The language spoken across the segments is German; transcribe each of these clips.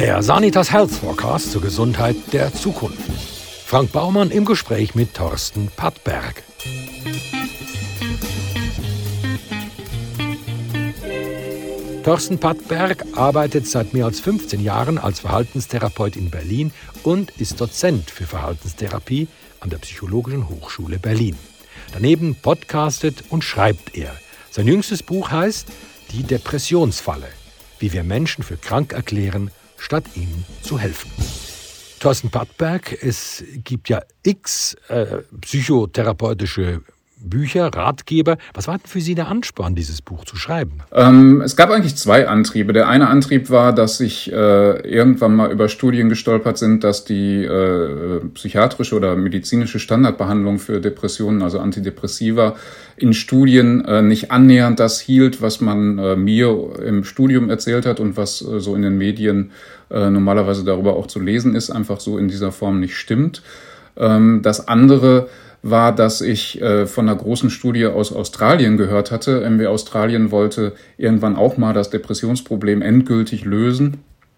Der Sanitas Health Forecast zur Gesundheit der Zukunft. Frank Baumann im Gespräch mit Thorsten Pattberg. Thorsten Pattberg arbeitet seit mehr als 15 Jahren als Verhaltenstherapeut in Berlin und ist Dozent für Verhaltenstherapie an der Psychologischen Hochschule Berlin. Daneben podcastet und schreibt er. Sein jüngstes Buch heißt Die Depressionsfalle, wie wir Menschen für krank erklären, statt ihnen zu helfen. Thorsten Pattberg, es gibt ja x psychotherapeutische Bücher, Ratgeber. Was war denn für Sie der Ansporn, dieses Buch zu schreiben? Es gab eigentlich zwei Antriebe. Der eine Antrieb war, dass ich irgendwann mal über Studien gestolpert sind, dass die psychiatrische oder medizinische Standardbehandlung für Depressionen, also Antidepressiva, in Studien nicht annähernd das hielt, was man mir im Studium erzählt hat und was so in den Medien normalerweise darüber auch zu lesen ist, einfach so in dieser Form nicht stimmt. Das andere war, dass ich von einer großen Studie aus Australien gehört hatte. Australien wollte irgendwann auch mal das Depressionsproblem endgültig lösen.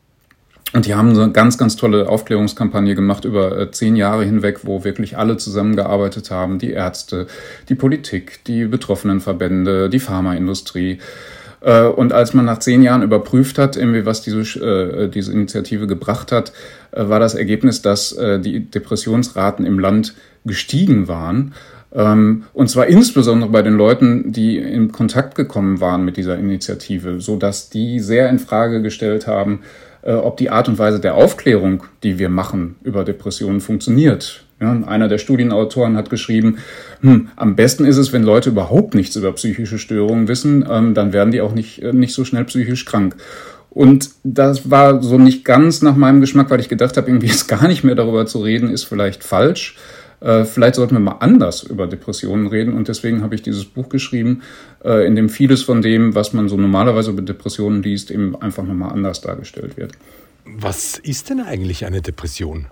Und die haben so eine ganz, ganz tolle Aufklärungskampagne gemacht über 10 Jahre hinweg, wo wirklich alle zusammengearbeitet haben. Die Ärzte, die Politik, die betroffenen Verbände, die Pharmaindustrie. Und als man nach 10 Jahren überprüft hat, was diese Initiative gebracht hat, war das Ergebnis, dass die Depressionsraten im Land gestiegen waren. Und zwar insbesondere bei den Leuten, die in Kontakt gekommen waren mit dieser Initiative, so dass die sehr in Frage gestellt haben, ob die Art und Weise der Aufklärung, die wir machen über Depressionen, funktioniert. Ja, einer der Studienautoren hat geschrieben, am besten ist es, wenn Leute überhaupt nichts über psychische Störungen wissen, dann werden die auch nicht so schnell psychisch krank. Und das war so nicht ganz nach meinem Geschmack, weil ich gedacht habe, irgendwie jetzt gar nicht mehr darüber zu reden, ist vielleicht falsch. Vielleicht sollten wir mal anders über Depressionen reden. Und deswegen habe ich dieses Buch geschrieben, in dem vieles von dem, was man so normalerweise über Depressionen liest, eben einfach nochmal anders dargestellt wird. Was ist denn eigentlich eine Depression?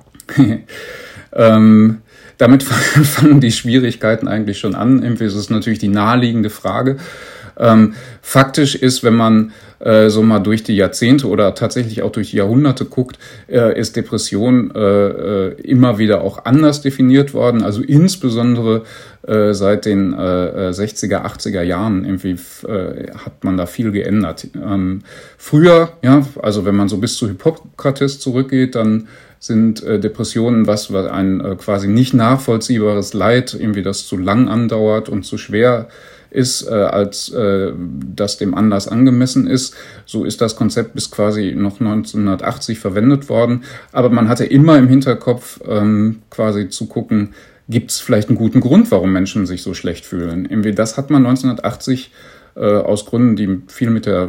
Damit fangen die Schwierigkeiten eigentlich schon an. Irgendwie ist es natürlich die naheliegende Frage. Faktisch ist, wenn man so mal durch die Jahrzehnte oder tatsächlich auch durch die Jahrhunderte guckt, ist Depression immer wieder auch anders definiert worden. Also insbesondere seit den 60er, 80er Jahren irgendwie hat man da viel geändert. Früher, ja, also wenn man so bis zu Hippokrates zurückgeht, dann sind Depressionen was ein quasi nicht nachvollziehbares Leid, irgendwie das zu lang andauert und zu schwer ist, als das dem Anlass angemessen ist. So ist das Konzept bis quasi noch 1980 verwendet worden. Aber man hatte immer im Hinterkopf quasi zu gucken, gibt es vielleicht einen guten Grund, warum Menschen sich so schlecht fühlen. Irgendwie das hat man 1980 aus Gründen, die viel mit der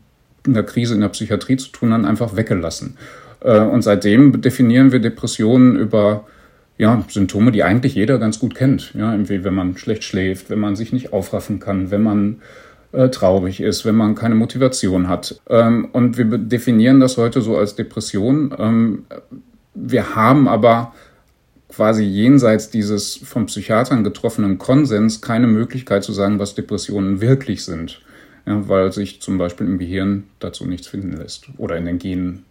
Krise in der Psychiatrie zu tun haben, einfach weggelassen. Und seitdem definieren wir Depressionen über Symptome, die eigentlich jeder ganz gut kennt. Ja, irgendwie, wenn man schlecht schläft, wenn man sich nicht aufraffen kann, wenn man traurig ist, wenn man keine Motivation hat. Und wir definieren das heute so als Depression. Wir haben aber quasi jenseits dieses von Psychiatern getroffenen Konsens keine Möglichkeit zu sagen, was Depressionen wirklich sind. Ja, weil sich zum Beispiel im Gehirn dazu nichts finden lässt oder in den Genen.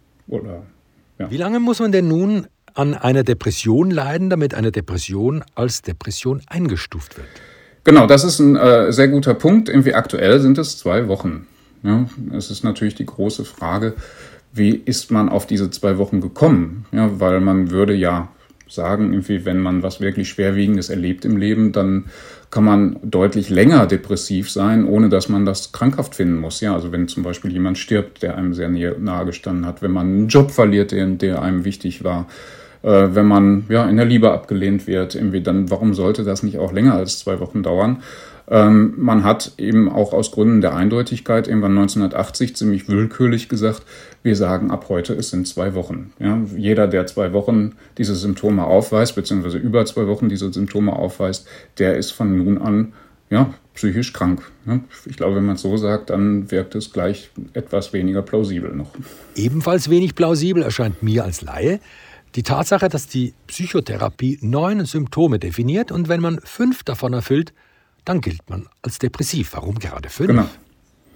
Wie lange muss man denn nun an einer Depression leiden, damit eine Depression als Depression eingestuft wird? Genau, das ist ein sehr guter Punkt. Irgendwie aktuell sind es 2 Wochen. Ja, es ist natürlich die große Frage, wie ist man auf diese 2 Wochen gekommen? Ja, weil man würde ja sagen, irgendwie, wenn man was wirklich Schwerwiegendes erlebt im Leben, dann kann man deutlich länger depressiv sein, ohne dass man das krankhaft finden muss. Ja, also wenn zum Beispiel jemand stirbt, der einem sehr nahe gestanden hat, wenn man einen Job verliert, der einem wichtig war, wenn man in der Liebe abgelehnt wird, irgendwie, dann warum sollte das nicht auch länger als 2 Wochen dauern? Man hat eben auch aus Gründen der Eindeutigkeit irgendwann 1980 ziemlich willkürlich gesagt, wir sagen ab heute, es sind 2 Wochen. Ja, jeder, der 2 Wochen diese Symptome aufweist, beziehungsweise über 2 Wochen diese Symptome aufweist, der ist von nun an psychisch krank. Ja, ich glaube, wenn man es so sagt, dann wirkt es gleich etwas weniger plausibel noch. Ebenfalls wenig plausibel erscheint mir als Laie die Tatsache, dass die Psychotherapie 9 Symptome definiert und wenn man 5 davon erfüllt, dann gilt man als depressiv. Warum gerade 5? Genau.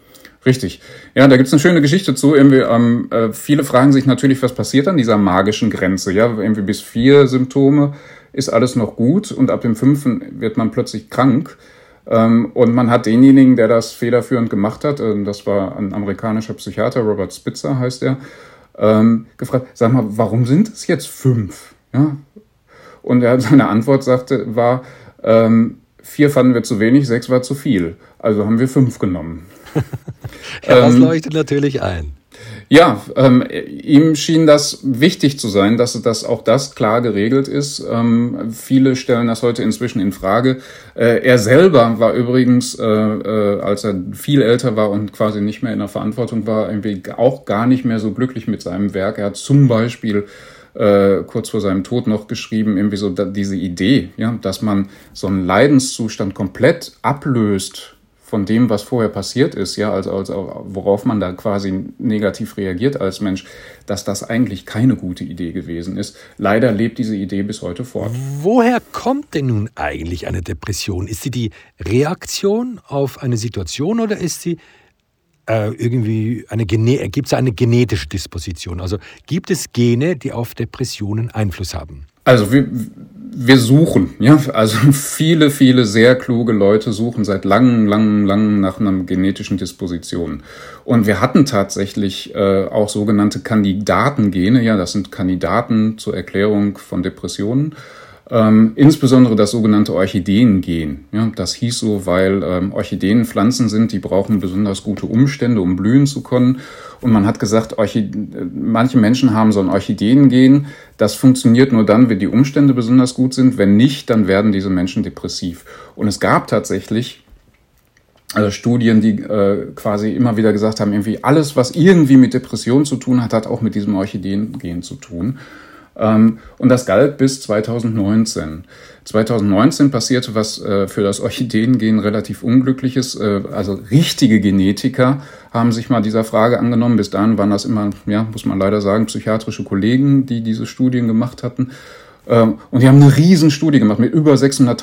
Richtig. Ja, da gibt's eine schöne Geschichte zu. Irgendwie, viele fragen sich natürlich, was passiert an dieser magischen Grenze. Ja, irgendwie bis 4 Symptome ist alles noch gut und ab dem 5. wird man plötzlich krank. Und man hat denjenigen, der das federführend gemacht hat, das war ein amerikanischer Psychiater, Robert Spitzer heißt er, gefragt, sag mal, warum sind es jetzt 5? Ja? Und seine Antwort war, 4 fanden wir zu wenig, 6 war zu viel. Also haben wir 5 genommen. Ja, das leuchtet natürlich ein. Ja, ihm schien das wichtig zu sein, dass auch das klar geregelt ist. Viele stellen das heute inzwischen in Frage. Er selber war übrigens, als er viel älter war und quasi nicht mehr in der Verantwortung war, irgendwie auch gar nicht mehr so glücklich mit seinem Werk. Er hat zum Beispiel kurz vor seinem Tod noch geschrieben, irgendwie so diese Idee, ja, dass man so einen Leidenszustand komplett ablöst von dem, was vorher passiert ist, ja, also worauf man da quasi negativ reagiert als Mensch, dass das eigentlich keine gute Idee gewesen ist. Leider lebt diese Idee bis heute fort. Woher kommt denn nun eigentlich eine Depression? Ist sie die Reaktion auf eine Situation oder ist sie gibt es eine genetische Disposition? Also gibt es Gene, die auf Depressionen Einfluss haben? Also wir suchen, ja, also viele sehr kluge Leute suchen seit langen nach einer genetischen Disposition. Und wir hatten tatsächlich auch sogenannte Kandidatengene, ja, das sind Kandidaten zur Erklärung von Depressionen. Insbesondere das sogenannte Orchideengen. Ja, das hieß so, weil Orchideen Pflanzen sind, die brauchen besonders gute Umstände, um blühen zu können. Und man hat gesagt, manche Menschen haben so ein Orchideengen. Das funktioniert nur dann, wenn die Umstände besonders gut sind. Wenn nicht, dann werden diese Menschen depressiv. Und es gab tatsächlich Studien, die quasi immer wieder gesagt haben, irgendwie alles, was irgendwie mit Depression zu tun hat, hat auch mit diesem Orchideengen zu tun. Und das galt bis 2019. 2019 passierte was für das Orchideengen relativ Unglückliches. Also richtige Genetiker haben sich mal dieser Frage angenommen. Bis dahin waren das immer, ja, muss man leider sagen, psychiatrische Kollegen, die diese Studien gemacht hatten. Und die haben eine Riesenstudie gemacht mit über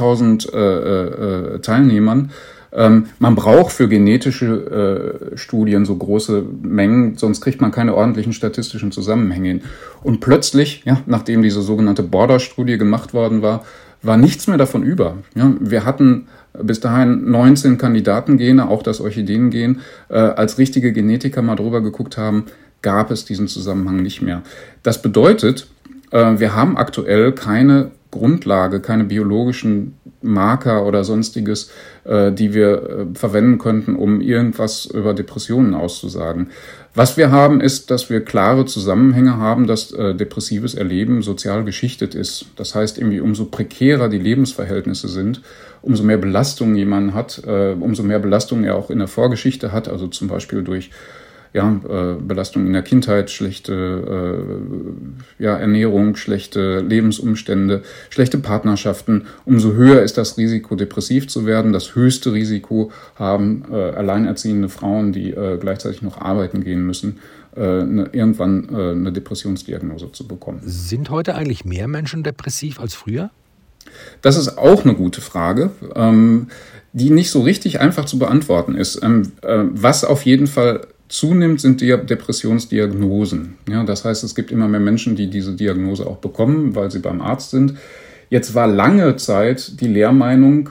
600.000 Teilnehmern. Man braucht für genetische Studien so große Mengen, sonst kriegt man keine ordentlichen statistischen Zusammenhänge hin. Und plötzlich, ja, nachdem diese sogenannte Border-Studie gemacht worden war nichts mehr davon über. Ja, wir hatten bis dahin 19 Kandidatengene, auch das Orchideengen. Als richtige Genetiker mal drüber geguckt haben, gab es diesen Zusammenhang nicht mehr. Das bedeutet, wir haben aktuell keine Grundlage, keine biologischen Marker oder sonstiges, die wir verwenden könnten, um irgendwas über Depressionen auszusagen. Was wir haben, ist, dass wir klare Zusammenhänge haben, dass depressives Erleben sozial geschichtet ist. Das heißt, irgendwie umso prekärer die Lebensverhältnisse sind, umso mehr Belastung jemand hat, umso mehr Belastung er auch in der Vorgeschichte hat, also zum Beispiel durch Belastung in der Kindheit, schlechte Ernährung, schlechte Lebensumstände, schlechte Partnerschaften. Umso höher ist das Risiko, depressiv zu werden. Das höchste Risiko haben alleinerziehende Frauen, die gleichzeitig noch arbeiten gehen müssen, irgendwann eine Depressionsdiagnose zu bekommen. Sind heute eigentlich mehr Menschen depressiv als früher? Das ist auch eine gute Frage, die nicht so richtig einfach zu beantworten ist. Was auf jeden Fall zunimmt, sind die Depressionsdiagnosen. Ja, das heißt, es gibt immer mehr Menschen, die diese Diagnose auch bekommen, weil sie beim Arzt sind. Jetzt war lange Zeit die Lehrmeinung,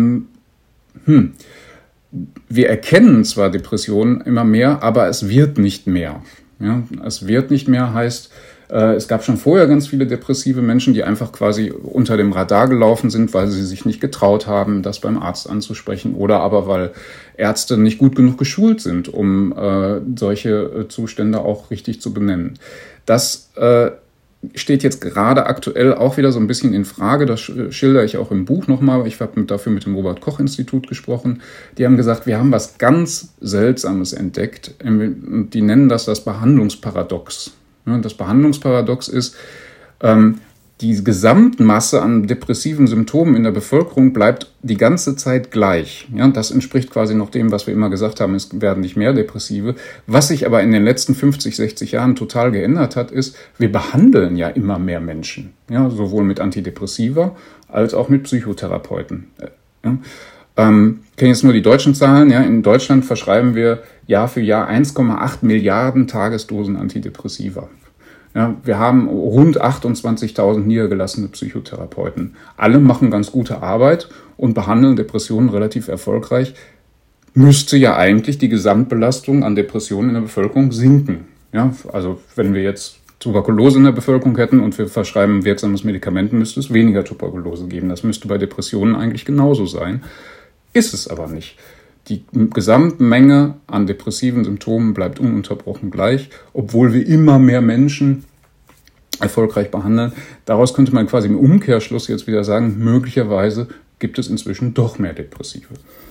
wir erkennen zwar Depressionen immer mehr, aber es wird nicht mehr. Ja, es wird nicht mehr heißt, es gab schon vorher ganz viele depressive Menschen, die einfach quasi unter dem Radar gelaufen sind, weil sie sich nicht getraut haben, das beim Arzt anzusprechen oder aber weil Ärzte nicht gut genug geschult sind, um solche Zustände auch richtig zu benennen. Das steht jetzt gerade aktuell auch wieder so ein bisschen in Frage. Das schildere ich auch im Buch nochmal. Ich habe dafür mit dem Robert-Koch-Institut gesprochen. Die haben gesagt, wir haben was ganz Seltsames entdeckt. Die nennen das Behandlungsparadox. Das Behandlungsparadox ist, die Gesamtmasse an depressiven Symptomen in der Bevölkerung bleibt die ganze Zeit gleich. Ja, das entspricht quasi noch dem, was wir immer gesagt haben, es werden nicht mehr Depressive. Was sich aber in den letzten 50, 60 Jahren total geändert hat, ist, wir behandeln ja immer mehr Menschen. Ja, sowohl mit Antidepressiva als auch mit Psychotherapeuten. Ja. Kenne jetzt nur die deutschen Zahlen. Ja, in Deutschland verschreiben wir Jahr für Jahr 1,8 Milliarden Tagesdosen Antidepressiva. Ja, wir haben rund 28.000 niedergelassene Psychotherapeuten. Alle machen ganz gute Arbeit und behandeln Depressionen relativ erfolgreich. Müsste ja eigentlich die Gesamtbelastung an Depressionen in der Bevölkerung sinken. Ja, also wenn wir jetzt Tuberkulose in der Bevölkerung hätten und wir verschreiben ein wirksames Medikament, müsste es weniger Tuberkulose geben. Das müsste bei Depressionen eigentlich genauso sein. Ist es aber nicht. Die Gesamtmenge an depressiven Symptomen bleibt ununterbrochen gleich, obwohl wir immer mehr Menschen erfolgreich behandeln. Daraus könnte man quasi im Umkehrschluss jetzt wieder sagen, möglicherweise gibt es inzwischen doch mehr Depressive.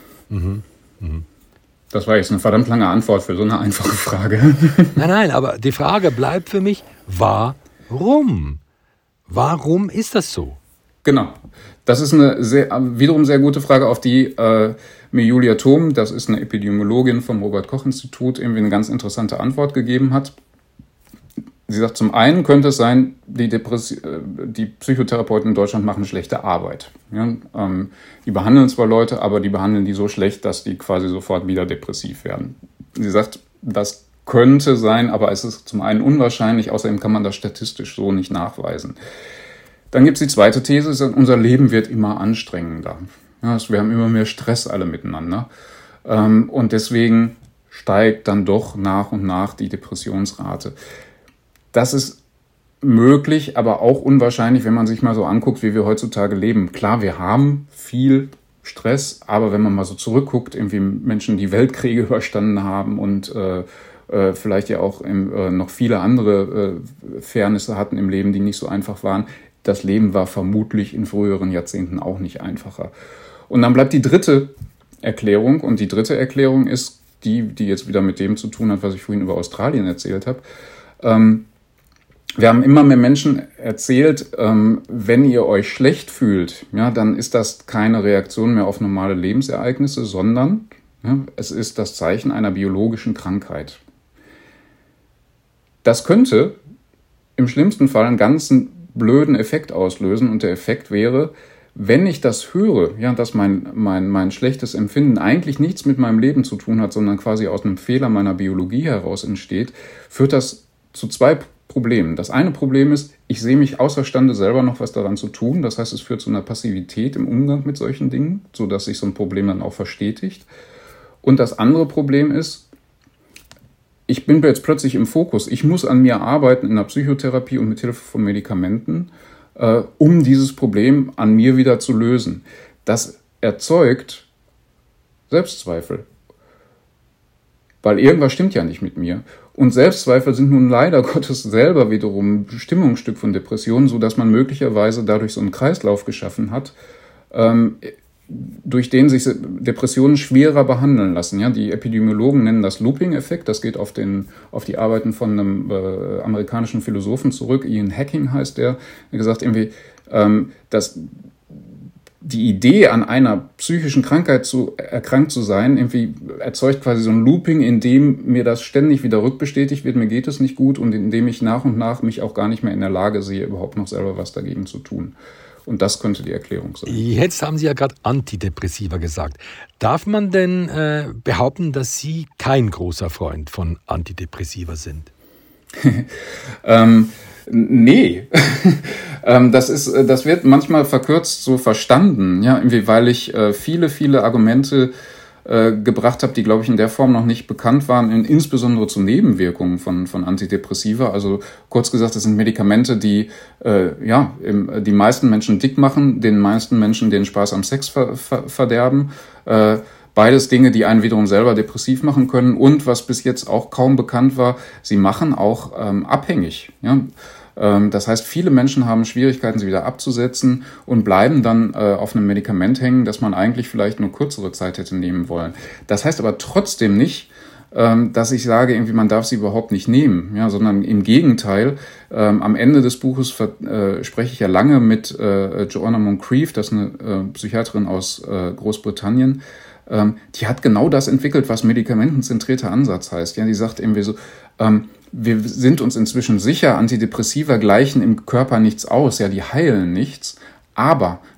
Das war jetzt eine verdammt lange Antwort für so eine einfache Frage. Nein, aber die Frage bleibt für mich, warum? Warum ist das so? Genau. Das ist eine wiederum sehr gute Frage, auf die mir Julia Thom, das ist eine Epidemiologin vom Robert-Koch-Institut, irgendwie eine ganz interessante Antwort gegeben hat. Sie sagt, zum einen könnte es sein, die Psychotherapeuten in Deutschland machen schlechte Arbeit. Ja, die behandeln zwar Leute, aber die behandeln die so schlecht, dass die quasi sofort wieder depressiv werden. Sie sagt, das könnte sein, aber es ist zum einen unwahrscheinlich, außerdem kann man das statistisch so nicht nachweisen. Dann gibt es die zweite These, unser Leben wird immer anstrengender. Ja, wir haben immer mehr Stress alle miteinander. Und deswegen steigt dann doch nach und nach die Depressionsrate. Das ist möglich, aber auch unwahrscheinlich, wenn man sich mal so anguckt, wie wir heutzutage leben. Klar, wir haben viel Stress, aber wenn man mal so zurückguckt, irgendwie Menschen, die Weltkriege überstanden haben und vielleicht ja auch noch viele andere Fairnisse hatten im Leben, die nicht so einfach waren, das Leben war vermutlich in früheren Jahrzehnten auch nicht einfacher. Und dann bleibt die dritte Erklärung. Und die dritte Erklärung ist die jetzt wieder mit dem zu tun hat, was ich vorhin über Australien erzählt habe. Wir haben immer mehr Menschen erzählt, wenn ihr euch schlecht fühlt, ja, dann ist das keine Reaktion mehr auf normale Lebensereignisse, sondern es ist das Zeichen einer biologischen Krankheit. Das könnte im schlimmsten Fall einen ganzen blöden Effekt auslösen und der Effekt wäre, wenn ich das höre, ja, dass mein schlechtes Empfinden eigentlich nichts mit meinem Leben zu tun hat, sondern quasi aus einem Fehler meiner Biologie heraus entsteht, führt das zu zwei Problemen. Das eine Problem ist, ich sehe mich außerstande selber noch was daran zu tun. Das heißt, es führt zu einer Passivität im Umgang mit solchen Dingen, sodass sich so ein Problem dann auch verstetigt. Und das andere Problem ist, ich bin jetzt plötzlich im Fokus. Ich muss an mir arbeiten in der Psychotherapie und mit Hilfe von Medikamenten, um dieses Problem an mir wieder zu lösen. Das erzeugt Selbstzweifel. Weil irgendwas stimmt ja nicht mit mir. Und Selbstzweifel sind nun leider Gottes selber wiederum ein Bestimmungsstück von Depressionen, sodass man möglicherweise dadurch so einen Kreislauf geschaffen hat, durch den sich Depressionen schwerer behandeln lassen. Ja, die Epidemiologen nennen das Looping-Effekt. Das geht auf die Arbeiten von einem amerikanischen Philosophen zurück. Ian Hacking heißt der. Er gesagt irgendwie, dass die Idee, an einer psychischen Krankheit erkrankt zu sein, irgendwie erzeugt quasi so ein Looping, in dem mir das ständig wieder rückbestätigt wird, mir geht es nicht gut und in dem ich nach und nach mich auch gar nicht mehr in der Lage sehe, überhaupt noch selber was dagegen zu tun. Und das könnte die Erklärung sein. Jetzt haben Sie ja gerade Antidepressiva gesagt. Darf man denn behaupten, dass Sie kein großer Freund von Antidepressiva sind? Nee, das wird manchmal verkürzt so verstanden, ja, weil ich viele Argumente gebracht habe, die, glaube ich, in der Form noch nicht bekannt waren, insbesondere zu Nebenwirkungen von Antidepressiva. Also kurz gesagt, das sind Medikamente, die die meisten Menschen dick machen, den meisten Menschen den Spaß am Sex verderben. Beides Dinge, die einen wiederum selber depressiv machen können und, was bis jetzt auch kaum bekannt war, sie machen auch abhängig. Ja? Das heißt, viele Menschen haben Schwierigkeiten, sie wieder abzusetzen und bleiben dann auf einem Medikament hängen, das man eigentlich vielleicht nur kürzere Zeit hätte nehmen wollen. Das heißt aber trotzdem nicht, dass ich sage, irgendwie man darf sie überhaupt nicht nehmen, ja, sondern im Gegenteil. Am Ende des Buches spreche ich ja lange mit Joanna Moncrief, das ist eine Psychiaterin aus Großbritannien. Die hat genau das entwickelt, was medikamentenzentrierter Ansatz heißt. Ja, die sagt irgendwie so, wir sind uns inzwischen sicher, Antidepressiva gleichen im Körper nichts aus, ja, die heilen nichts, aber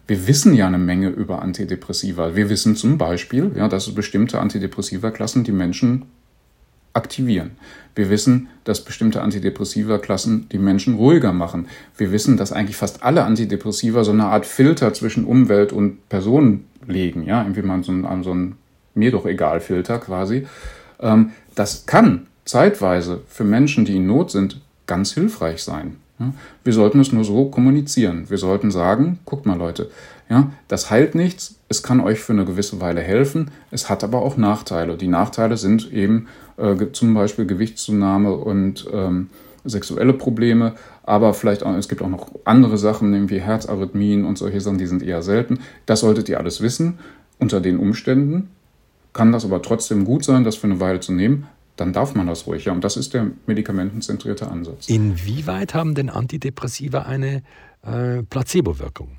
Wir wissen ja eine Menge über Antidepressiva. Wir wissen zum Beispiel, ja, dass es bestimmte Antidepressiva-Klassen die Menschen aktivieren. Wir wissen, dass bestimmte Antidepressiva-Klassen die Menschen ruhiger machen. Wir wissen, dass eigentlich fast alle Antidepressiva so eine Art Filter zwischen Umwelt und Person legen, ja, irgendwie mal so ein mir doch egal Filter quasi. Das kann zeitweise für Menschen, die in Not sind, ganz hilfreich sein. Ja, wir sollten es nur so kommunizieren. Wir sollten sagen, guckt mal Leute, ja, das heilt nichts, es kann euch für eine gewisse Weile helfen, es hat aber auch Nachteile. Die Nachteile sind eben zum Beispiel Gewichtszunahme und sexuelle Probleme, aber vielleicht auch, es gibt auch noch andere Sachen, wie Herzarrhythmien und solche Sachen, die sind eher selten. Das solltet ihr alles wissen. Unter den Umständen kann das aber trotzdem gut sein, das für eine Weile zu nehmen. Dann darf man das ruhig. Ja, und das ist der medikamentenzentrierte Ansatz. Inwieweit haben denn Antidepressiva eine Placebo-Wirkung?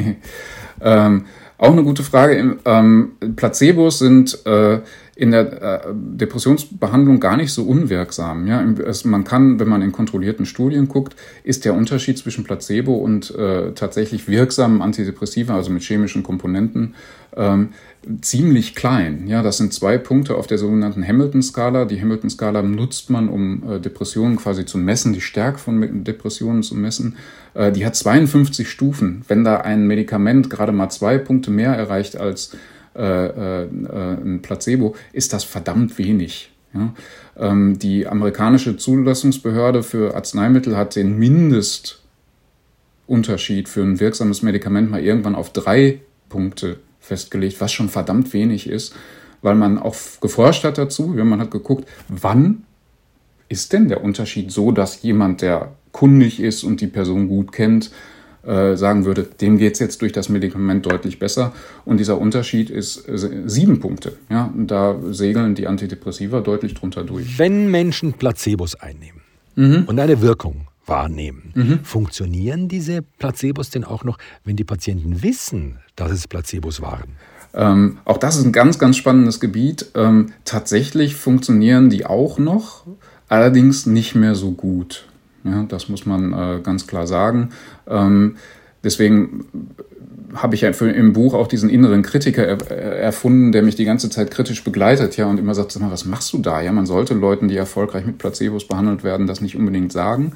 Auch eine gute Frage. Placebos sind in der Depressionsbehandlung gar nicht so unwirksam. Ja? Man kann, wenn man in kontrollierten Studien guckt, ist der Unterschied zwischen Placebo und tatsächlich wirksamen Antidepressiva, also mit chemischen Komponenten, ziemlich klein. Ja, das sind 2 Punkte auf der sogenannten Hamilton-Skala. Die Hamilton-Skala nutzt man, um Depressionen quasi zu messen, die Stärke von Depressionen zu messen. Die hat 52 Stufen. Wenn da ein Medikament gerade mal 2 Punkte mehr erreicht als ein Placebo, ist das verdammt wenig. Ja? Die amerikanische Zulassungsbehörde für Arzneimittel hat den Mindestunterschied für ein wirksames Medikament mal irgendwann auf 3 Punkte festgelegt, was schon verdammt wenig ist, weil man auch geforscht hat dazu. Ja, man hat geguckt, wann ist denn der Unterschied so, dass jemand, der kundig ist und die Person gut kennt, sagen würde, dem geht es jetzt durch das Medikament deutlich besser. Und dieser Unterschied ist 7 Punkte. Ja, und da segeln die Antidepressiva deutlich drunter durch. Wenn Menschen Placebos einnehmen und eine Wirkung wahrnehmen, funktionieren diese Placebos denn auch noch, wenn die Patienten wissen, dass es Placebos waren? Auch das ist ein ganz, ganz spannendes Gebiet. Tatsächlich funktionieren die auch noch, allerdings nicht mehr so gut. Ja, das muss man ganz klar sagen. Deswegen habe ich ja im Buch auch diesen inneren Kritiker erfunden, der mich die ganze Zeit kritisch begleitet, ja, und immer sagt, sag mal, was machst du da? Ja, man sollte Leuten, die erfolgreich mit Placebos behandelt werden, das nicht unbedingt sagen.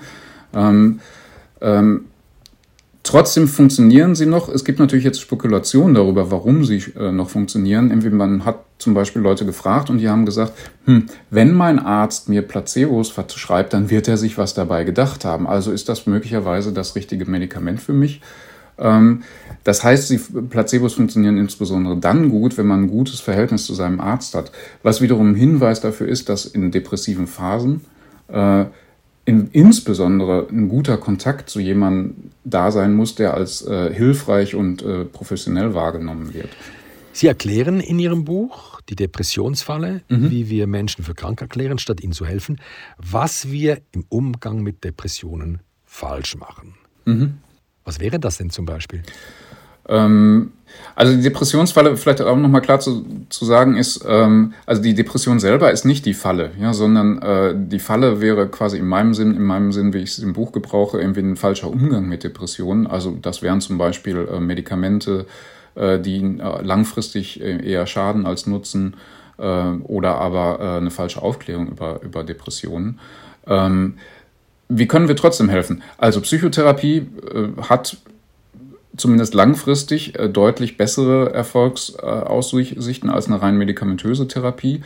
Trotzdem funktionieren sie noch. Es gibt natürlich jetzt Spekulationen darüber, warum sie noch funktionieren. Irgendwie man hat zum Beispiel Leute gefragt und die haben gesagt, wenn mein Arzt mir Placebos verschreibt, dann wird er sich was dabei gedacht haben. Also ist das möglicherweise das richtige Medikament für mich. Das heißt, Placebos funktionieren insbesondere dann gut, wenn man ein gutes Verhältnis zu seinem Arzt hat. Was wiederum ein Hinweis dafür ist, dass in depressiven Phasen insbesondere ein guter Kontakt zu jemandem da sein muss, der als hilfreich und professionell wahrgenommen wird. Sie erklären in Ihrem Buch die Depressionsfalle, wie wir Menschen für krank erklären, statt ihnen zu helfen, was wir im Umgang mit Depressionen falsch machen. Was wäre das denn zum Beispiel? Also die Depressionsfalle, vielleicht auch nochmal klar zu sagen, ist, also die Depression selber ist nicht die Falle, ja, sondern die Falle wäre quasi in meinem Sinn, wie ich es im Buch gebrauche, irgendwie ein falscher Umgang mit Depressionen. Also das wären zum Beispiel Medikamente, die langfristig eher schaden als nutzen, oder aber eine falsche Aufklärung über Depressionen. Wie können wir trotzdem helfen? Also Psychotherapie hat zumindest langfristig deutlich bessere Erfolgsaussichten als eine rein medikamentöse Therapie.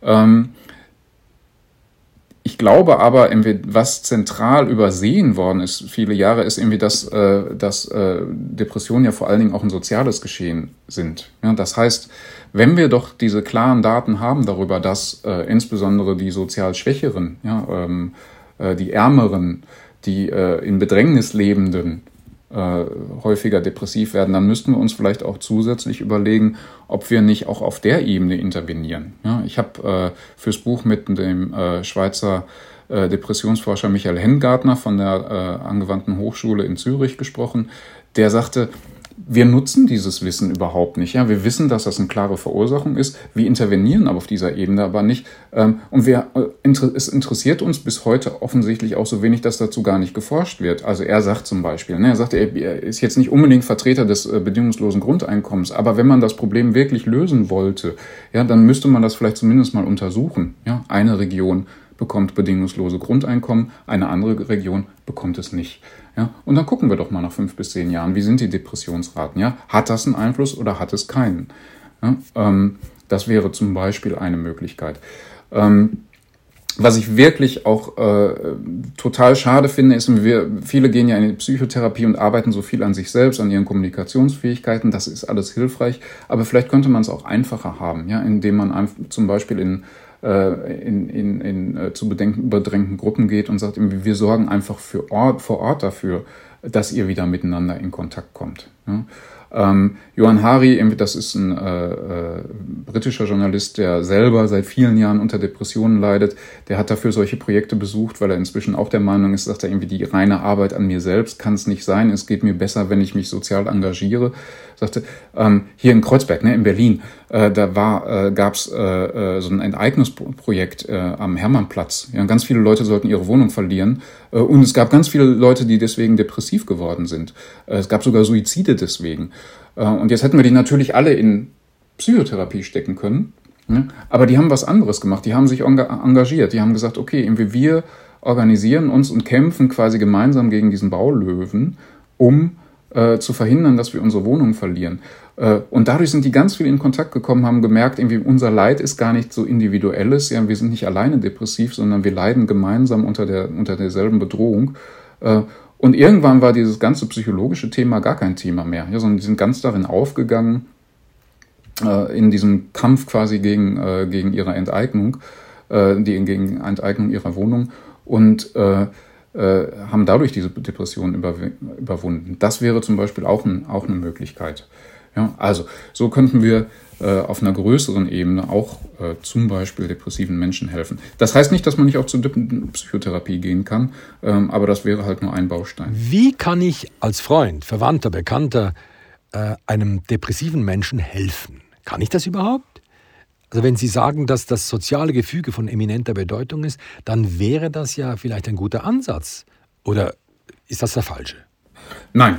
Ich glaube aber, was zentral übersehen worden ist viele Jahre, ist irgendwie, dass Depressionen ja vor allen Dingen auch ein soziales Geschehen sind. Ja, das heißt, wenn wir doch diese klaren Daten haben darüber, dass insbesondere die sozial Schwächeren, ja, die Ärmeren, die in Bedrängnis Lebenden häufiger depressiv werden, dann müssten wir uns vielleicht auch zusätzlich überlegen, ob wir nicht auch auf der Ebene intervenieren. Ja, ich habe fürs Buch mit dem Schweizer Depressionsforscher Michael Hengartner von der Angewandten Hochschule in Zürich gesprochen. Der sagte, Wir nutzen dieses Wissen überhaupt nicht. Ja, wir wissen, dass das eine klare Verursachung ist. Wir intervenieren aber auf dieser Ebene aber nicht. Und es interessiert uns bis heute offensichtlich auch so wenig, dass dazu gar nicht geforscht wird. Also er sagt zum Beispiel, er sagt, er ist jetzt nicht unbedingt Vertreter des bedingungslosen Grundeinkommens, aber wenn man das Problem wirklich lösen wollte, ja, dann müsste man das vielleicht zumindest mal untersuchen. Ja, eine Region bekommt bedingungslose Grundeinkommen, eine andere Region bekommt es nicht. Ja, und dann gucken wir doch mal nach 5 bis 10 Jahren, wie sind die Depressionsraten? Ja? Hat das einen Einfluss oder hat es keinen? Ja, das wäre zum Beispiel eine Möglichkeit. Was ich wirklich auch total schade finde, ist, viele gehen ja in die Psychotherapie und arbeiten so viel an sich selbst, an ihren Kommunikationsfähigkeiten. Das ist alles hilfreich, aber vielleicht könnte man es auch einfacher haben, ja, indem man zum Beispiel in zu bedrängten Gruppen geht und sagt, wir sorgen einfach vor Ort dafür, dass ihr wieder miteinander in Kontakt kommt. Ja? Johann Hari, das ist ein britischer Journalist, der selber seit vielen Jahren unter Depressionen leidet. Der hat dafür solche Projekte besucht, weil er inzwischen auch der Meinung ist, sagt er, die reine Arbeit an mir selbst kann es nicht sein. Es geht mir besser, wenn ich mich sozial engagiere. Sagte, hier in Kreuzberg, in Berlin, da gab's so ein Enteignungsprojekt am Hermannplatz. Ja, ganz viele Leute sollten ihre Wohnung verlieren. Und es gab ganz viele Leute, die deswegen depressiv geworden sind. Es gab sogar Suizide deswegen. Und jetzt hätten wir die natürlich alle in Psychotherapie stecken können. Ja, aber die haben was anderes gemacht. Die haben sich engagiert. Die haben gesagt, okay, wir organisieren uns und kämpfen quasi gemeinsam gegen diesen Baulöwen, um zu verhindern, dass wir unsere Wohnung verlieren. Und dadurch sind die ganz viel in Kontakt gekommen, haben gemerkt, unser Leid ist gar nicht so individuelles. Ja, wir sind nicht alleine depressiv, sondern wir leiden gemeinsam unter derselben Bedrohung. Und irgendwann war dieses ganze psychologische Thema gar kein Thema mehr, ja, sondern die sind ganz darin aufgegangen, in diesem Kampf quasi gegen ihre Enteignung, gegen Enteignung ihrer Wohnung und haben dadurch diese Depression überwunden. Das wäre zum Beispiel auch eine Möglichkeit. Ja, also so könnten wir auf einer größeren Ebene auch zum Beispiel depressiven Menschen helfen. Das heißt nicht, dass man nicht auch zur Psychotherapie gehen kann, aber das wäre halt nur ein Baustein. Wie kann ich als Freund, Verwandter, Bekannter einem depressiven Menschen helfen? Kann ich das überhaupt? Also wenn Sie sagen, dass das soziale Gefüge von eminenter Bedeutung ist, dann wäre das ja vielleicht ein guter Ansatz. Oder ist das der falsche? Nein.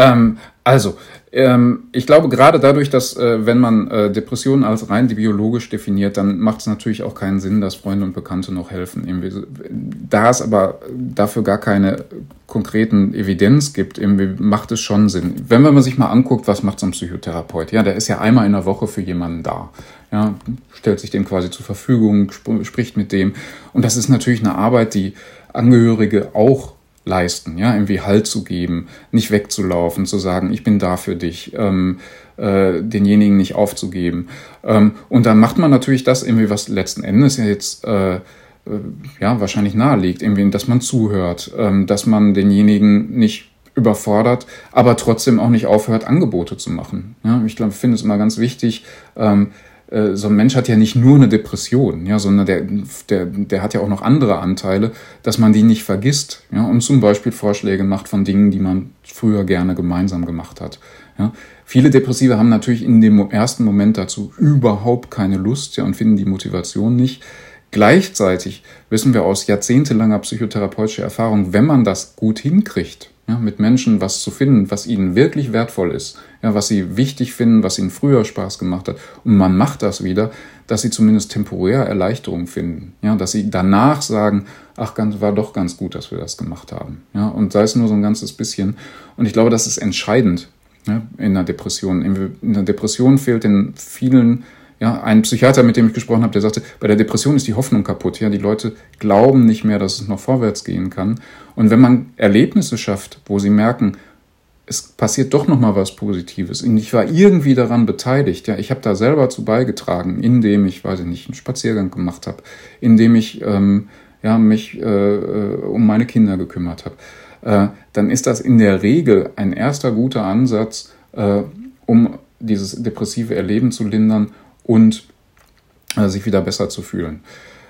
Ich glaube gerade dadurch, dass wenn man Depressionen als rein biologisch definiert, dann macht es natürlich auch keinen Sinn, dass Freunde und Bekannte noch helfen. Da es aber dafür gar keine konkreten Evidenz gibt, macht es schon Sinn. Wenn man sich mal anguckt, was macht so ein Psychotherapeut? Ja, der ist ja einmal in der Woche für jemanden da. Ja, stellt sich dem quasi zur Verfügung, spricht mit dem. Und das ist natürlich eine Arbeit, die Angehörige auch leisten, ja, Halt zu geben, nicht wegzulaufen, zu sagen, ich bin da für dich, denjenigen nicht aufzugeben. Und dann macht man natürlich das was letzten Endes ja jetzt wahrscheinlich naheliegt, dass man zuhört, dass man denjenigen nicht überfordert, aber trotzdem auch nicht aufhört, Angebote zu machen. Ja, ich finde es immer ganz wichtig, so ein Mensch hat ja nicht nur eine Depression, ja, sondern der hat ja auch noch andere Anteile, dass man die nicht vergisst, ja, und zum Beispiel Vorschläge macht von Dingen, die man früher gerne gemeinsam gemacht hat. Ja. Viele Depressive haben natürlich in dem ersten Moment dazu überhaupt keine Lust, ja, und finden die Motivation nicht. Gleichzeitig wissen wir aus jahrzehntelanger psychotherapeutischer Erfahrung, wenn man das gut hinkriegt, ja, mit Menschen was zu finden, was ihnen wirklich wertvoll ist, ja, was sie wichtig finden, was ihnen früher Spaß gemacht hat, und man macht das wieder, dass sie zumindest temporär Erleichterung finden, ja, dass sie danach sagen, war doch ganz gut, dass wir das gemacht haben, ja, und sei es nur so ein ganzes bisschen. Und ich glaube, das ist entscheidend, ja, in der Depression. In der Depression fehlt in vielen. Ja, ein Psychiater, mit dem ich gesprochen habe, der sagte, bei der Depression ist die Hoffnung kaputt. Ja, die Leute glauben nicht mehr, dass es noch vorwärts gehen kann. Und wenn man Erlebnisse schafft, wo sie merken, es passiert doch noch mal was Positives, und ich war irgendwie daran beteiligt, ja, ich habe da selber zu beigetragen, indem ich, einen Spaziergang gemacht habe, indem ich mich um meine Kinder gekümmert habe, dann ist das in der Regel ein erster guter Ansatz, um dieses depressive Erleben zu lindern und sich wieder besser zu fühlen.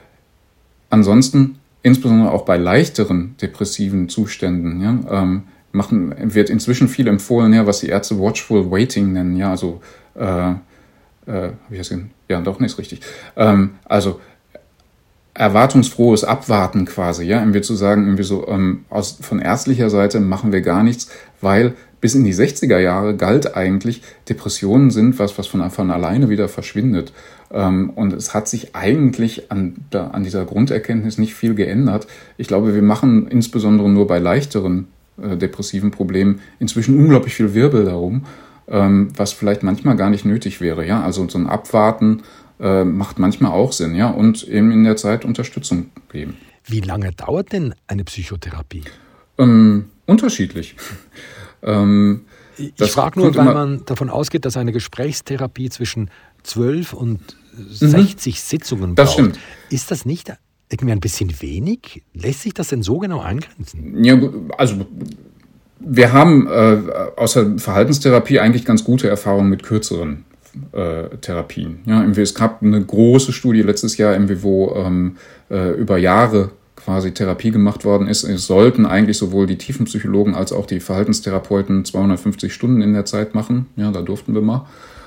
Ansonsten, insbesondere auch bei leichteren depressiven Zuständen, ja, wird inzwischen viel empfohlen, ja, was die Ärzte Watchful Waiting nennen, ja, also habe ich das hin? Ja, doch nicht richtig. Also erwartungsfrohes Abwarten quasi, ja, irgendwie zu sagen, irgendwie so von ärztlicher Seite machen wir gar nichts, weil bis in die 60er Jahre galt eigentlich, Depressionen sind was von alleine wieder verschwindet. Und es hat sich eigentlich an dieser Grunderkenntnis nicht viel geändert. Ich glaube, wir machen insbesondere nur bei leichteren depressiven Problemen inzwischen unglaublich viel Wirbel darum, was vielleicht manchmal gar nicht nötig wäre. Ja, also so ein Abwarten macht manchmal auch Sinn, ja, und eben in der Zeit Unterstützung geben. Wie lange dauert denn eine Psychotherapie? Unterschiedlich. Ich frage nur, weil man davon ausgeht, dass eine Gesprächstherapie zwischen 12 und 60 Sitzungen braucht. Das stimmt. Ist das nicht irgendwie ein bisschen wenig? Lässt sich das denn so genau eingrenzen? Ja, also wir haben aus der Verhaltenstherapie eigentlich ganz gute Erfahrungen mit kürzeren Therapien. Ja, es gab eine große Studie letztes Jahr, wo über Jahre quasi Therapie gemacht worden ist. Es sollten eigentlich sowohl die Tiefenpsychologen als auch die Verhaltenstherapeuten 250 Stunden in der Zeit machen. Ja, da durften wir mal.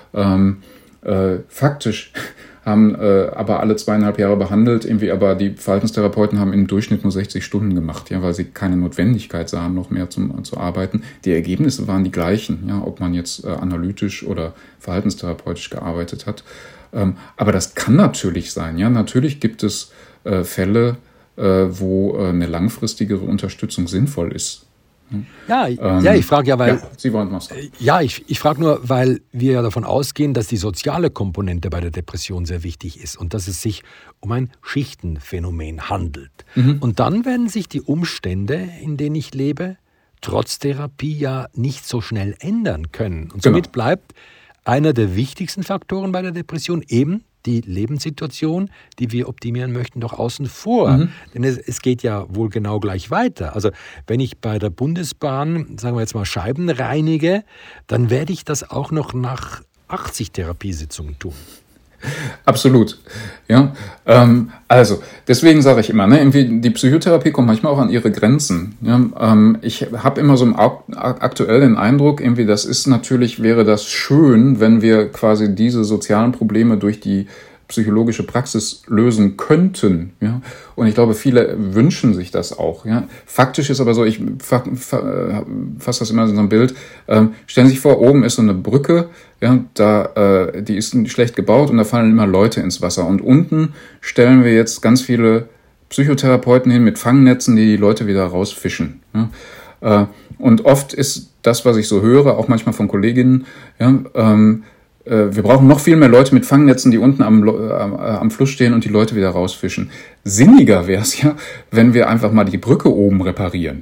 Faktisch haben aber alle 2,5 Jahre behandelt, aber die Verhaltenstherapeuten haben im Durchschnitt nur 60 Stunden gemacht, ja, weil sie keine Notwendigkeit sahen, noch mehr zu arbeiten. Die Ergebnisse waren die gleichen, ja, ob man jetzt analytisch oder verhaltenstherapeutisch gearbeitet hat. Aber das kann natürlich sein, ja. Natürlich gibt es Fälle, wo eine langfristigere Unterstützung sinnvoll ist. Ja, ich frage ja, weil... Ja, Sie wollen was sagen. Ja, ich frage nur, weil wir ja davon ausgehen, dass die soziale Komponente bei der Depression sehr wichtig ist und dass es sich um ein Schichtenphänomen handelt. Und dann werden sich die Umstände, in denen ich lebe, trotz Therapie ja nicht so schnell ändern können. Und somit bleibt einer der wichtigsten Faktoren bei der Depression eben die Lebenssituation, die wir optimieren möchten, doch außen vor. Denn es geht ja wohl genau gleich weiter. Also wenn ich bei der Bundesbahn, sagen wir jetzt mal, Scheiben reinige, dann werde ich das auch noch nach 80 Therapiesitzungen tun. Absolut. Ja, also deswegen sage ich immer, die Psychotherapie kommt manchmal auch an ihre Grenzen. Ja, ich habe immer so aktuell den Eindruck, wäre das schön, wenn wir quasi diese sozialen Probleme durch die psychologische Praxis lösen könnten. Ja? Und ich glaube, viele wünschen sich das auch. Ja? Faktisch ist aber so, ich fasse das immer in so ein Bild, stellen Sie sich vor, oben ist so eine Brücke, ja, die ist schlecht gebaut und da fallen immer Leute ins Wasser. Und unten stellen wir jetzt ganz viele Psychotherapeuten hin mit Fangnetzen, die Leute wieder rausfischen. Ja? Und oft ist das, was ich so höre, auch manchmal von Kolleginnen, wir brauchen noch viel mehr Leute mit Fangnetzen, die unten am Fluss stehen und die Leute wieder rausfischen. Sinniger wäre es ja, wenn wir einfach mal die Brücke oben reparieren.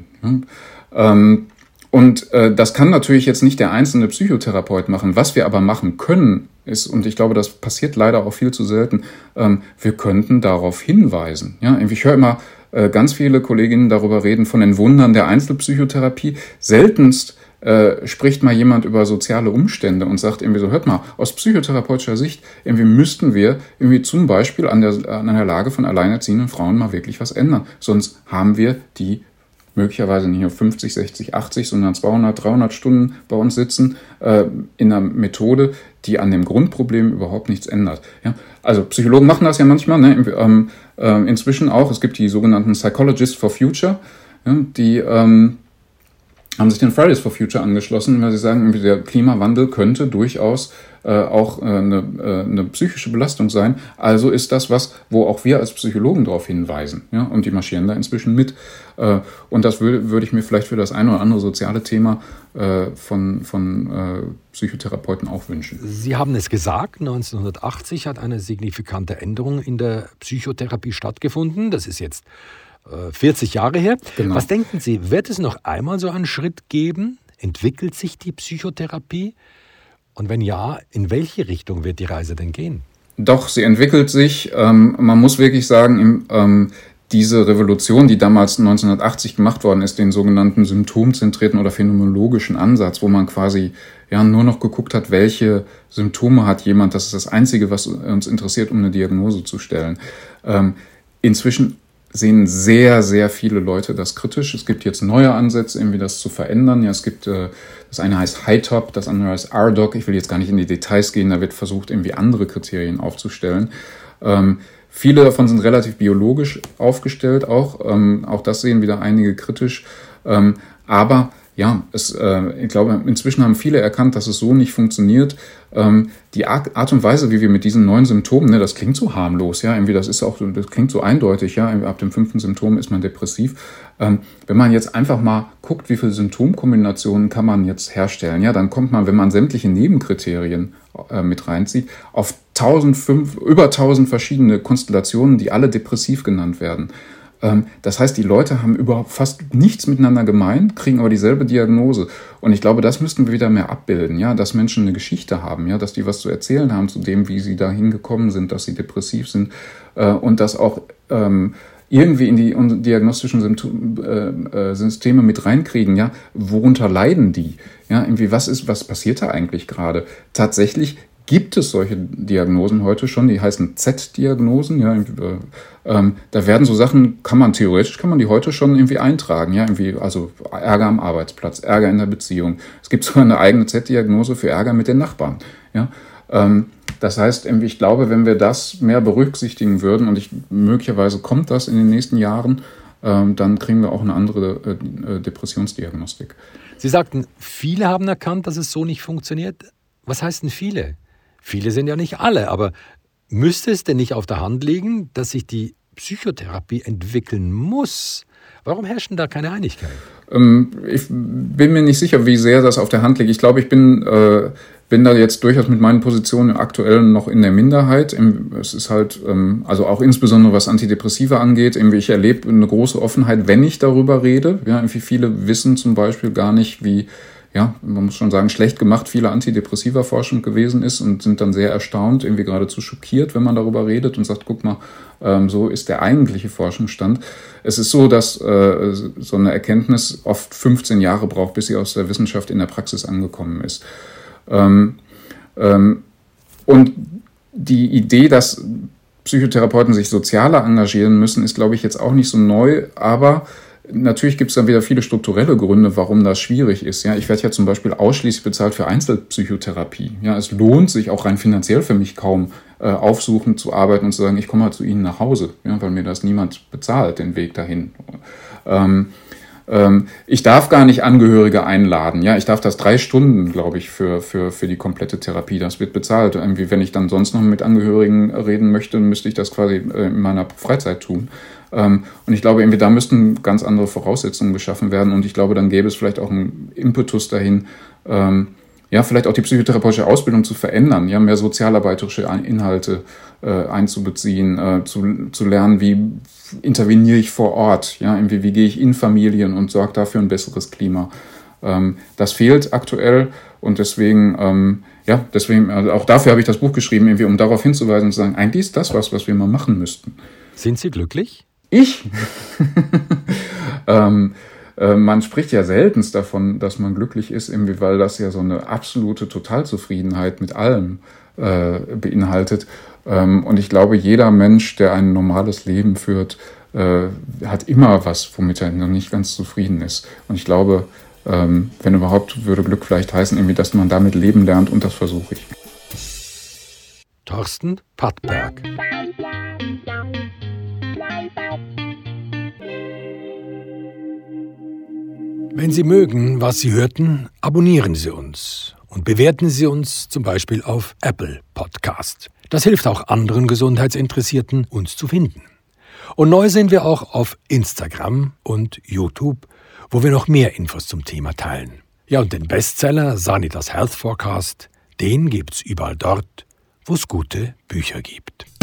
Und das kann natürlich jetzt nicht der einzelne Psychotherapeut machen. Was wir aber machen können, ist, und ich glaube, das passiert leider auch viel zu selten, wir könnten darauf hinweisen. Ja? Ich höre immer ganz viele Kolleginnen darüber reden, von den Wundern der Einzelpsychotherapie. Seltenst spricht mal jemand über soziale Umstände und sagt so, hört mal, aus psychotherapeutischer Sicht, müssten wir zum Beispiel an der Lage von alleinerziehenden Frauen mal wirklich was ändern. Sonst haben wir die möglicherweise nicht nur 50, 60, 80, sondern 200, 300 Stunden bei uns sitzen in einer Methode, die an dem Grundproblem überhaupt nichts ändert. Ja? Also Psychologen machen das ja manchmal, ne? Inzwischen auch. Es gibt die sogenannten Psychologists for Future, ja? Die haben sich den Fridays for Future angeschlossen, weil sie sagen, der Klimawandel könnte durchaus auch eine psychische Belastung sein. Also ist das wo auch wir als Psychologen darauf hinweisen. Ja? Und die marschieren da inzwischen mit. Und das würde ich mir vielleicht für das eine oder andere soziale Thema von Psychotherapeuten auch wünschen. Sie haben es gesagt, 1980 hat eine signifikante Änderung in der Psychotherapie stattgefunden. Das ist jetzt 40 Jahre her. Genau. Was denken Sie, wird es noch einmal so einen Schritt geben? Entwickelt sich die Psychotherapie? Und wenn ja, in welche Richtung wird die Reise denn gehen? Doch, sie entwickelt sich. Man muss wirklich sagen, diese Revolution, die damals 1980 gemacht worden ist, den sogenannten symptomzentrierten oder phänomenologischen Ansatz, wo man quasi nur noch geguckt hat, welche Symptome hat jemand. Das ist das Einzige, was uns interessiert, um eine Diagnose zu stellen. Inzwischen sehen sehr, sehr viele Leute das kritisch. Es gibt jetzt neue Ansätze, irgendwie das zu verändern. Ja, es gibt, das eine heißt HiTOP, das andere heißt RDoC. Ich will jetzt gar nicht in die Details gehen, da wird versucht, irgendwie andere Kriterien aufzustellen. Viele davon sind relativ biologisch aufgestellt auch. Auch das sehen wieder einige kritisch. Aber ja, ich glaube, inzwischen haben viele erkannt, dass es so nicht funktioniert. Die Art und Weise, wie wir mit diesen neuen Symptomen, ne, das klingt so harmlos, ja, irgendwie das klingt so eindeutig, ja, ab dem 5. Symptom ist man depressiv. Wenn man jetzt einfach mal guckt, wie viele Symptomkombinationen kann man jetzt herstellen, ja, dann kommt man, wenn man sämtliche Nebenkriterien mit reinzieht, auf über 1000 verschiedene Konstellationen, die alle depressiv genannt werden. Das heißt, die Leute haben überhaupt fast nichts miteinander gemein, kriegen aber dieselbe Diagnose. Und ich glaube, das müssten wir wieder mehr abbilden, ja, dass Menschen eine Geschichte haben, ja, dass die was zu erzählen haben zu dem, wie sie da hingekommen sind, dass sie depressiv sind, und das auch irgendwie in die diagnostischen Systeme mit reinkriegen, ja, worunter leiden die? Ja, irgendwie was passiert da eigentlich gerade? Tatsächlich gibt es solche Diagnosen heute schon, die heißen Z-Diagnosen, ja, da werden so Sachen, kann man die heute schon irgendwie eintragen, ja, irgendwie, also Ärger am Arbeitsplatz, Ärger in der Beziehung. Es gibt sogar eine eigene Z-Diagnose für Ärger mit den Nachbarn, ja. Das heißt, ich glaube, wenn wir das mehr berücksichtigen würden, und möglicherweise kommt das in den nächsten Jahren, dann kriegen wir auch eine andere Depressionsdiagnostik. Sie sagten, viele haben erkannt, dass es so nicht funktioniert. Was heißt denn viele? Viele sind ja nicht alle, aber müsste es denn nicht auf der Hand liegen, dass sich die Psychotherapie entwickeln muss? Warum herrscht denn da keine Einigkeit? Ich bin mir nicht sicher, wie sehr das auf der Hand liegt. Ich glaube, ich bin da jetzt durchaus mit meinen Positionen aktuell noch in der Minderheit. Es ist halt, also auch insbesondere was Antidepressiva angeht, ich erlebe eine große Offenheit, wenn ich darüber rede. Ja, irgendwie viele wissen zum Beispiel gar nicht, wie, ja, man muss schon sagen, schlecht gemacht viele Antidepressiva-Forschung gewesen ist und sind dann sehr erstaunt, irgendwie geradezu schockiert, wenn man darüber redet und sagt, guck mal, so ist der eigentliche Forschungsstand. Es ist so, dass so eine Erkenntnis oft 15 Jahre braucht, bis sie aus der Wissenschaft in der Praxis angekommen ist. Und die Idee, dass Psychotherapeuten sich sozialer engagieren müssen, ist, glaube ich, jetzt auch nicht so neu, aber natürlich gibt es dann wieder viele strukturelle Gründe, warum das schwierig ist. Ja, ich werde ja zum Beispiel ausschließlich bezahlt für Einzelpsychotherapie. Ja, es lohnt sich auch rein finanziell für mich kaum, aufsuchen zu arbeiten und zu sagen, ich komme mal zu Ihnen nach Hause, ja, weil mir das niemand bezahlt, den Weg dahin. Ich darf gar nicht Angehörige einladen. Ja, ich darf das 3 Stunden, glaube ich, für die komplette Therapie. Das wird bezahlt. Irgendwie, wenn ich dann sonst noch mit Angehörigen reden möchte, müsste ich das quasi in meiner Freizeit tun. Und ich glaube, irgendwie da müssten ganz andere Voraussetzungen geschaffen werden. Und ich glaube, dann gäbe es vielleicht auch einen Impetus dahin, ja, vielleicht auch die psychotherapeutische Ausbildung zu verändern, ja, mehr sozialarbeiterische Inhalte einzubeziehen, zu lernen, wie interveniere ich vor Ort, ja, wie gehe ich in Familien und sorge dafür ein besseres Klima. Das fehlt aktuell und deswegen, also auch dafür habe ich das Buch geschrieben, irgendwie, um darauf hinzuweisen und zu sagen, eigentlich ist das was wir mal machen müssten. Sind Sie glücklich? Ich? Man spricht ja seltenst davon, dass man glücklich ist, irgendwie, weil das ja so eine absolute Totalzufriedenheit mit allem beinhaltet. Und ich glaube, jeder Mensch, der ein normales Leben führt, hat immer was, womit er noch nicht ganz zufrieden ist. Und ich glaube, wenn überhaupt, würde Glück vielleicht heißen, irgendwie, dass man damit leben lernt, und das versuche ich. Thorsten Pattberg. Wenn Sie mögen, was Sie hörten, abonnieren Sie uns und bewerten Sie uns zum Beispiel auf Apple Podcast. Das hilft auch anderen Gesundheitsinteressierten, uns zu finden. Und neu sind wir auch auf Instagram und YouTube, wo wir noch mehr Infos zum Thema teilen. Ja, und den Bestseller Sanitas Health Forecast, den gibt's überall dort, wo es gute Bücher gibt.